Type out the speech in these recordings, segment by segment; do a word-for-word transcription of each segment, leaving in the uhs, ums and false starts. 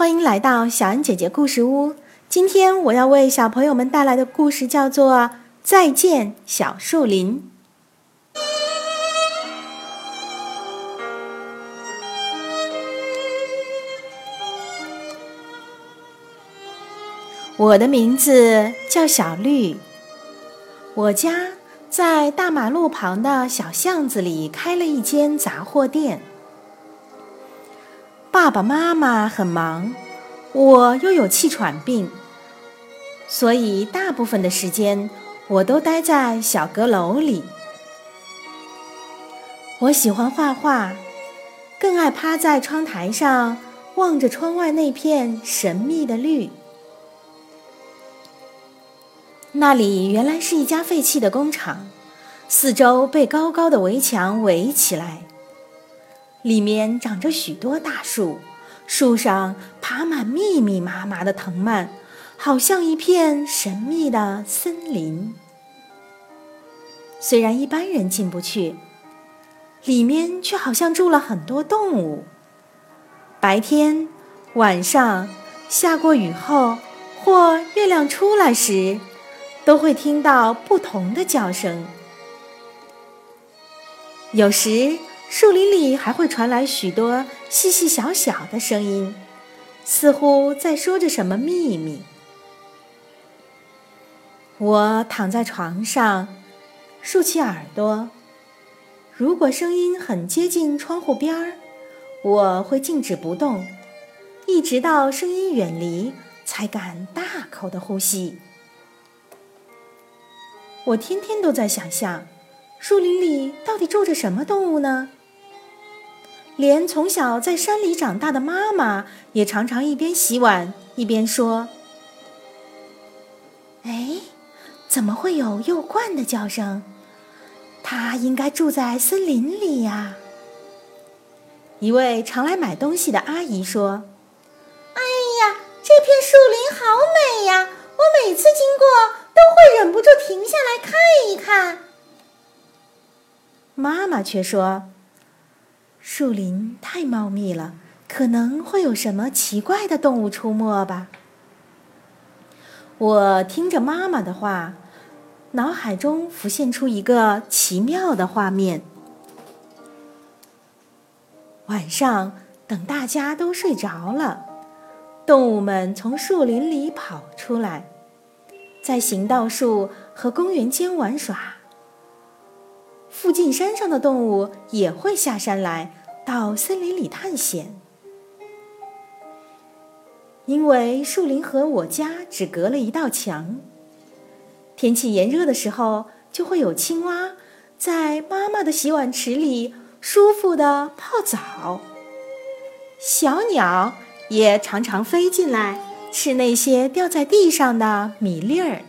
欢迎来到小恩姐姐故事屋。今天我要为小朋友们带来的故事叫做《再见小树林》。我的名字叫小绿，我家在大马路旁的小巷子里开了一间杂货店。爸爸妈妈很忙，我又有气喘病，所以大部分的时间我都待在小阁楼里。我喜欢画画，更爱趴在窗台上望着窗外那片神秘的绿。那里原来是一家废弃的工厂，四周被高高的围墙围起来，里面长着许多大树，树上爬满密密麻麻的藤蔓，好像一片神秘的森林。虽然一般人进不去，里面却好像住了很多动物。白天、晚上，下过雨后，或月亮出来时，都会听到不同的叫声。有时树林里还会传来许多细细小小的声音，似乎在说着什么秘密。我躺在床上，竖起耳朵，如果声音很接近窗户边儿，我会静止不动，一直到声音远离，才敢大口的呼吸。我天天都在想象，树林里到底住着什么动物呢？连从小在山里长大的妈妈也常常一边洗碗一边说：哎，怎么会有鼬獾的叫声？它应该住在森林里呀。一位常来买东西的阿姨说：哎呀，这片树林好美呀，我每次经过都会忍不住停下来看一看。妈妈却说：树林太茂密了，可能会有什么奇怪的动物出没吧。我听着妈妈的话，脑海中浮现出一个奇妙的画面。晚上，等大家都睡着了，动物们从树林里跑出来，在行道树和公园间玩耍。附近山上的动物也会下山来，到森林里探险。因为树林和我家只隔了一道墙，天气炎热的时候，就会有青蛙在妈妈的洗碗池里舒服地泡澡。小鸟也常常飞进来，吃那些掉在地上的米粒儿。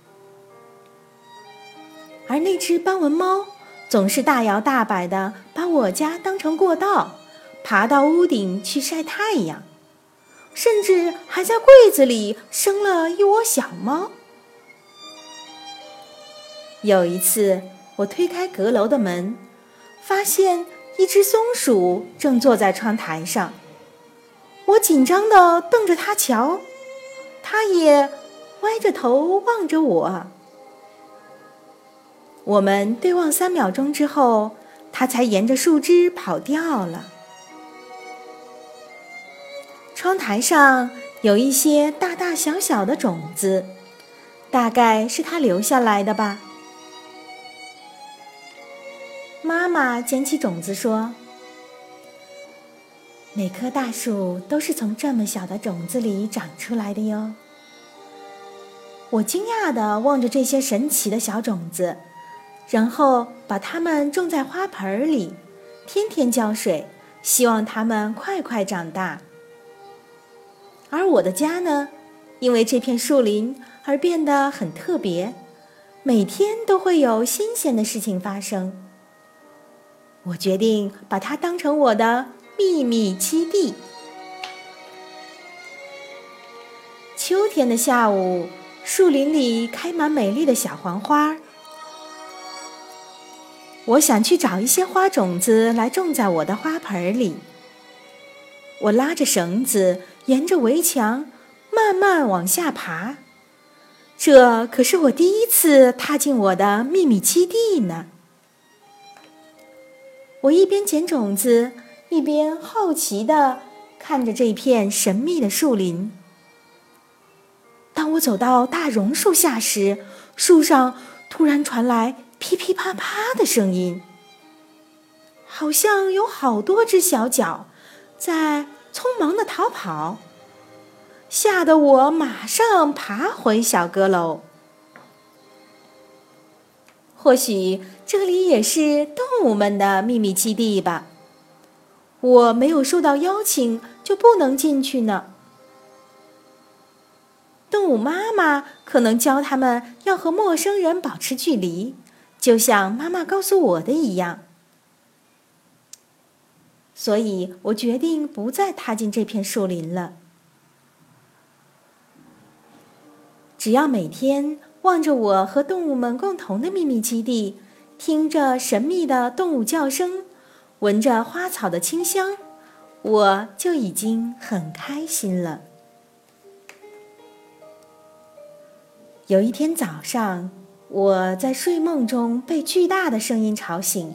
而那只斑纹猫总是大摇大摆地把我家当成过道，爬到屋顶去晒太阳，甚至还在柜子里生了一窝小猫。有一次，我推开阁楼的门，发现一只松鼠正坐在窗台上。我紧张地瞪着它瞧，它也歪着头望着我。我们对望三秒钟之后，它才沿着树枝跑掉了。窗台上有一些大大小小的种子，大概是它留下来的吧。妈妈捡起种子说：每棵大树都是从这么小的种子里长出来的哟。我惊讶地望着这些神奇的小种子，然后把它们种在花盆里，天天浇水，希望它们快快长大。而我的家呢，因为这片树林而变得很特别，每天都会有新鲜的事情发生。我决定把它当成我的秘密基地。秋天的下午，树林里开满美丽的小黄花。我想去找一些花种子来种在我的花盆里。 我拉着绳子，沿着围墙慢慢往下爬。这可是我第一次踏进我的秘密基地呢。我一边捡种子，一边好奇地看着这片神秘的树林。当我走到大榕树下时，树上突然传来噼噼啪啪的声音，好像有好多只小脚在匆忙地逃跑，吓得我马上爬回小阁楼。或许这里也是动物们的秘密基地吧，我没有受到邀请就不能进去呢。动物妈妈可能教他们要和陌生人保持距离，就像妈妈告诉我的一样。所以我决定不再踏进这片树林了。只要每天望着我和动物们共同的秘密基地，听着神秘的动物叫声，闻着花草的清香，我就已经很开心了。有一天早上，我在睡梦中被巨大的声音吵醒。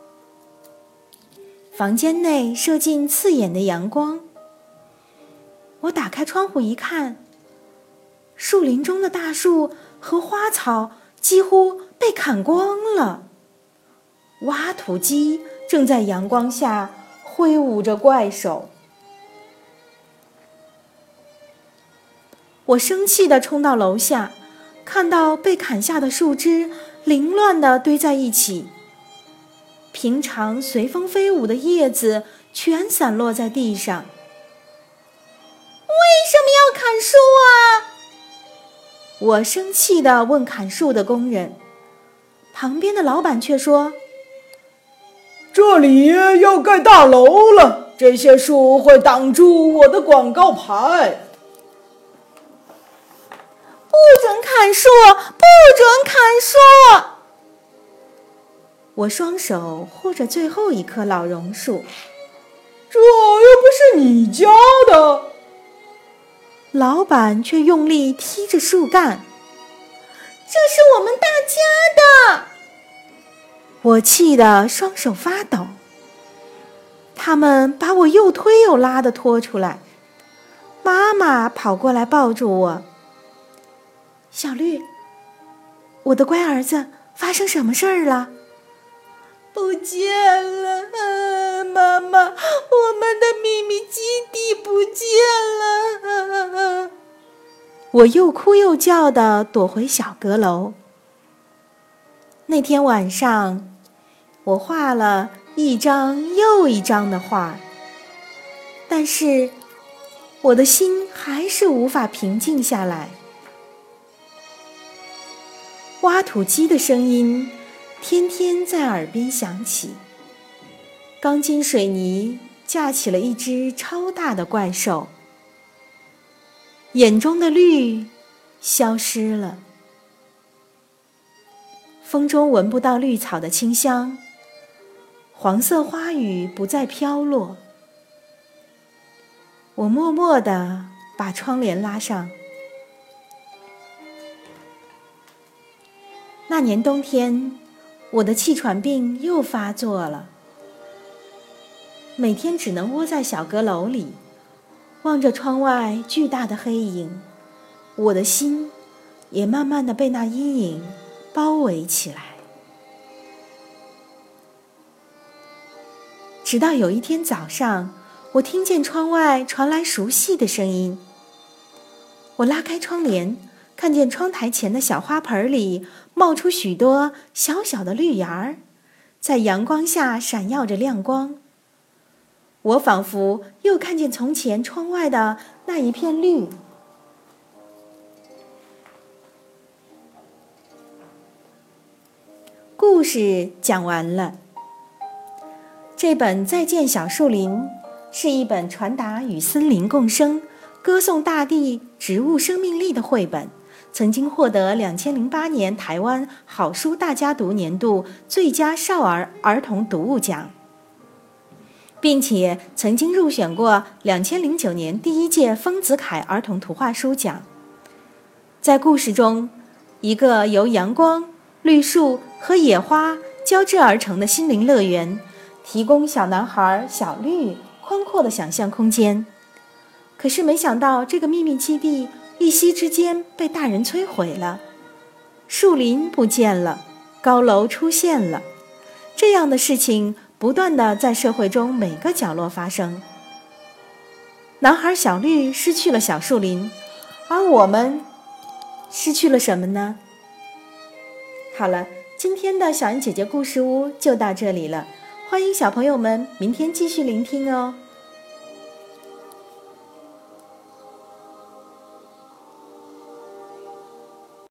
房间内射进刺眼的阳光，我打开窗户一看，树林中的大树和花草几乎被砍光了。挖土机正在阳光下挥舞着怪手。我生气地冲到楼下，看到被砍下的树枝凌乱地堆在一起，平常随风飞舞的叶子全散落在地上。为什么要砍树啊？我生气地问砍树的工人，旁边的老板却说： 这里要盖大楼了，这些树会挡住我的广告牌。 不准砍树，不准砍树！我双手护着最后一棵老榕树。 这又不是你家的。 老板却用力踢着树干。这是我们大家的！我气得双手发抖。他们把我又推又拉地拖出来。妈妈跑过来抱住我。小绿，我的乖儿子，发生什么事儿了？ 不见了，啊，妈妈，我们的秘密基地不见了。啊， 我又哭又叫地躲回小阁楼。那天晚上，我画了一张又一张的画，但是我的心还是无法平静下来。挖土机的声音天天在耳边响起，钢筋水泥架起了一只超大的怪兽，眼中的绿消失了，风中闻不到绿草的清香，黄色花雨不再飘落。我默默地把窗帘拉上。那年冬天，我的气喘病又发作了，每天只能窝在小阁楼里，望着窗外巨大的黑影，我的心也慢慢地被那阴影包围起来。直到有一天早上，我听见窗外传来熟悉的声音。我拉开窗帘，看见窗台前的小花盆里冒出许多小小的绿芽儿，在阳光下闪耀着亮光。我仿佛又看见从前窗外的那一片绿。故事讲完了。这本《再见小树林》是一本传达与森林共生、歌颂大地植物生命力的绘本，曾经获得两千零八年台湾好书大家读年度最佳少儿儿童读物奖。 并且曾经入选过两千零九年第一届丰子恺儿童图画书奖。在故事中，一个由阳光、绿树和野花交织而成的心灵乐园，提供小男孩小绿宽阔的想象空间。可是没想到，这个秘密基地一夕之间被大人摧毁了，树林不见了，高楼出现了，这样的事情不断地在社会中每个角落发生。男孩小绿失去了小树林，而我们失去了什么呢？好了，今天的小恩姐姐故事屋就到这里了，欢迎小朋友们明天继续聆听哦。